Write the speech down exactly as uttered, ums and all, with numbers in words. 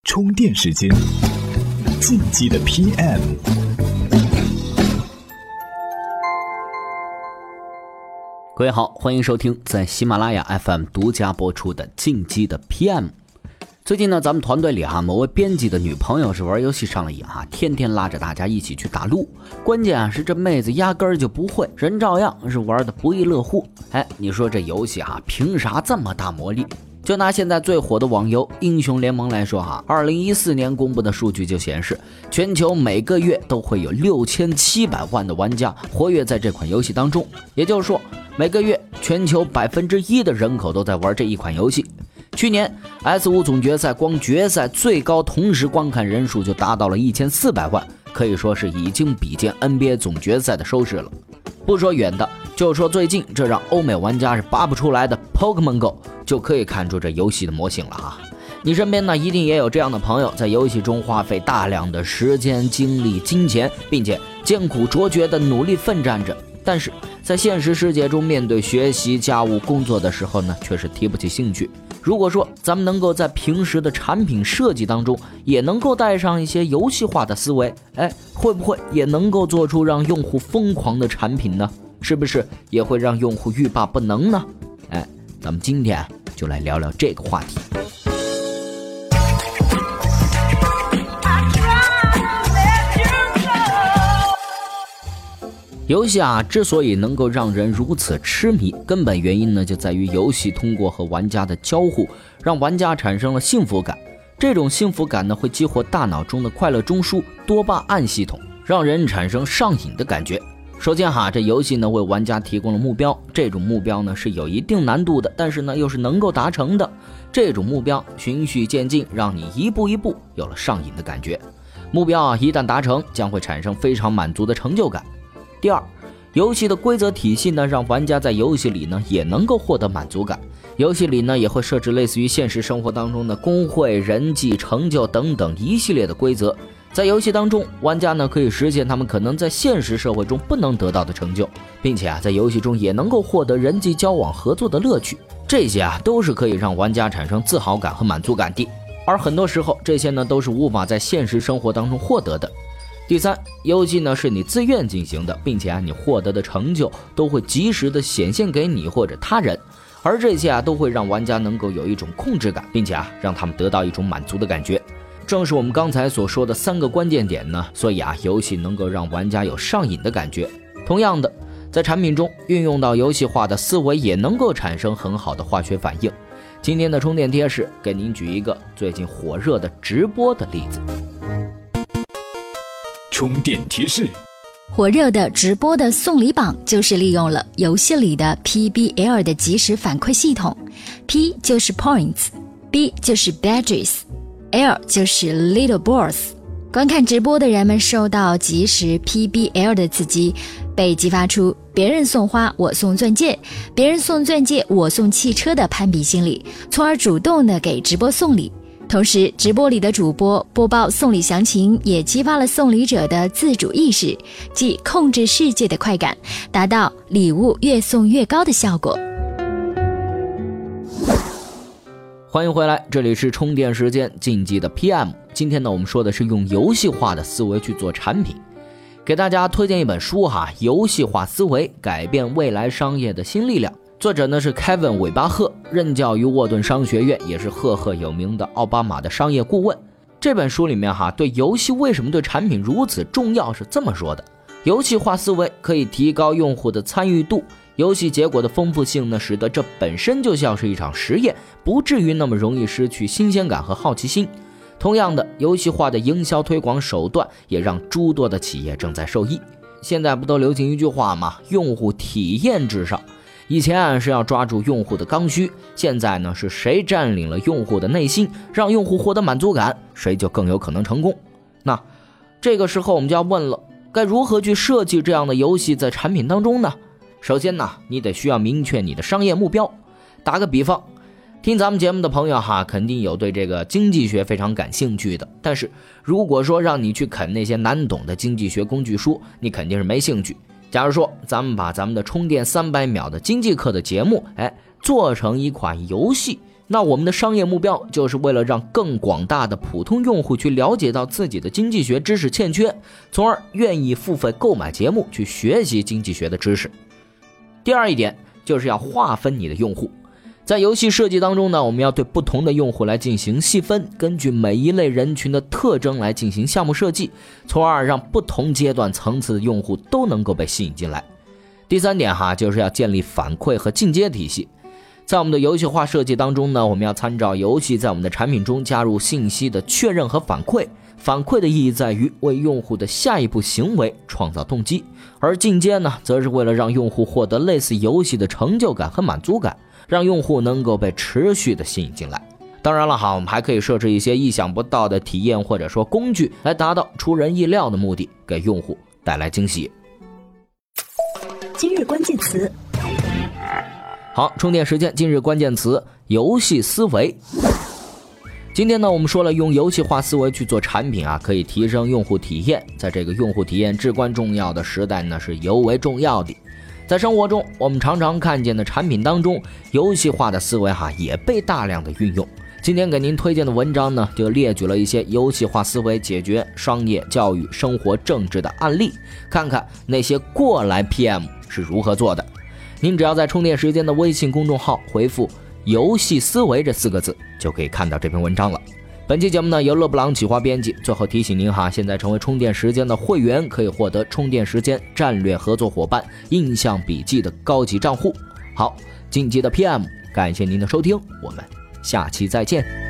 充电时间，竞技的 P M。 各位好，欢迎收听在喜马拉雅 F M 独家播出的竞技的 P M。 最近呢，咱们团队里哈、啊、某位编辑的女朋友是玩游戏上了瘾哈、啊，天天拉着大家一起去打撸，关键啊是这妹子压根儿就不会，人照样是玩的不亦乐乎。哎，你说这游戏哈、啊、凭啥这么大魔力？就拿现在最火的网游英雄联盟来说哈，二零一四年公布的数据就显示，全球每个月都会有六千七百万的玩家活跃在这款游戏当中，也就是说，每个月全球百分之一的人口都在玩这一款游戏。去年 S 五 总决赛光决赛最高同时观看人数就达到了一千四百万，可以说是已经比肩 N B A 总决赛的收视了。不说远的，就说最近这让欧美玩家是拔不出来的 Pokemon Go， 就可以看出这游戏的魔性了哈。你身边呢一定也有这样的朋友，在游戏中花费大量的时间、精力、金钱，并且艰苦卓绝的努力奋战着，但是在现实世界中面对学习、家务、工作的时候呢，却是提不起兴趣。如果说咱们能够在平时的产品设计当中也能够带上一些游戏化的思维，哎，会不会也能够做出让用户疯狂的产品呢？是不是也会让用户欲罢不能呢？哎，咱们今天就来聊聊这个话题。游戏啊，之所以能够让人如此痴迷，根本原因呢，就在于游戏通过和玩家的交互，让玩家产生了幸福感。这种幸福感呢，会激活大脑中的快乐中枢多巴胺系统，让人产生上瘾的感觉。首先哈，这游戏呢为玩家提供了目标，这种目标呢是有一定难度的，但是呢又是能够达成的。这种目标循序渐进，让你一步一步有了上瘾的感觉。目标啊一旦达成，将会产生非常满足的成就感。第二，游戏的规则体系呢，让玩家在游戏里呢也能够获得满足感。游戏里呢也会设置类似于现实生活当中的工会、人际、成就等等一系列的规则。在游戏当中，玩家呢可以实现他们可能在现实社会中不能得到的成就，并且啊在游戏中也能够获得人际交往合作的乐趣。这些啊都是可以让玩家产生自豪感和满足感的，而很多时候这些呢都是无法在现实生活当中获得的。第三，游戏呢是你自愿进行的，并且啊你获得的成就都会及时的显现给你或者他人，而这些啊都会让玩家能够有一种控制感，并且啊让他们得到一种满足的感觉。正是我们刚才所说的三个关键点呢，所以啊游戏能够让玩家有上瘾的感觉。同样的，在产品中运用到游戏化的思维，也能够产生很好的化学反应。今天的充电贴士给您举一个最近火热的直播的例子。 充电提示： 火热的直播的送礼榜就是利用了游戏里的 P B L 的即时反馈系统。 P 就是 Points， B 就是 Badges， L 就是 Little Boss。 观看直播的人们受到即时 P B L 的刺激，被激发出别人送花我送钻戒，别人送钻戒我送汽车的攀比心理，从而主动的给直播送礼。同时，直播里的主播播报送礼详情，也激发了送礼者的自主意识，即控制世界的快感，达到礼物越送越高的效果。 欢迎回来，这里是充电时间竞技的 P M。 今天呢，我们说的是用游戏化的思维去做产品，给大家推荐一本书哈，游戏化思维，改变未来商业的新力量。作者呢是 Kevin 韦巴赫，任教于沃顿商学院，也是赫赫有名的奥巴马的商业顾问。这本书里面哈，对游戏为什么对产品如此重要是这么说的：游戏化思维可以提高用户的参与度，游戏结果的丰富性呢，使得这本身就像是一场实验，不至于那么容易失去新鲜感和好奇心。同样的，游戏化的营销推广手段也让诸多的企业正在受益。现在不都流行一句话吗？用户体验至上。以前啊是要抓住用户的刚需，现在呢是谁占领了用户的内心，让用户获得满足感，谁就更有可能成功。那这个时候我们就要问了，该如何去设计这样的游戏在产品当中呢？首先呢，你得需要明确你的商业目标。打个比方，听咱们节目的朋友哈，肯定有对这个经济学非常感兴趣的，但是如果说让你去啃那些难懂的经济学工具书，你肯定是没兴趣。假如说咱们把咱们的充电三百秒的经济课的节目哎做成一款游戏， 那我们的商业目标就是为了让更广大的普通用户去了解到自己的经济学知识欠缺，从而愿意付费购买节目去学习经济学的知识。第二一点就是要划分你的用户，在游戏设计当中呢，我们要对不同的用户来进行细分，根据每一类人群的特征来进行项目设计，从而让不同阶段层次的用户都能够被吸引进来。第三点哈，就是要建立反馈和进阶体系。在我们的游戏化设计当中呢，我们要参照游戏在我们的产品中加入信息的确认和反馈。反馈的意义在于为用户的下一步行为创造动机，而进阶呢，则是为了让用户获得类似游戏的成就感和满足感，让用户能够被持续的吸引进来。当然了哈，我们还可以设置一些意想不到的体验或者说工具，来达到出人意料的目的，给用户带来惊喜。 今日关键词。 好，充电时间，今日关键词：游戏思维。今天呢，我们说了用游戏化思维去做产品啊，可以提升用户体验。在这个用户体验至关重要的时代呢，是尤为重要的。在生活中，我们常常看见的产品当中，游戏化的思维哈也被大量的运用。今天给您推荐的文章呢，就列举了一些游戏化思维解决商业、教育、生活、政治的案例，看看那些过来 P M 是如何做的。您只要在充电时间的微信公众号回复游戏思维这四个字，就可以看到这篇文章了。本期节目呢由勒布朗企划编辑。最后提醒您哈，现在成为充电时间的会员，可以获得充电时间战略合作伙伴印象笔记的高级账户。好，晋级的 P M， 感谢您的收听，我们下期再见。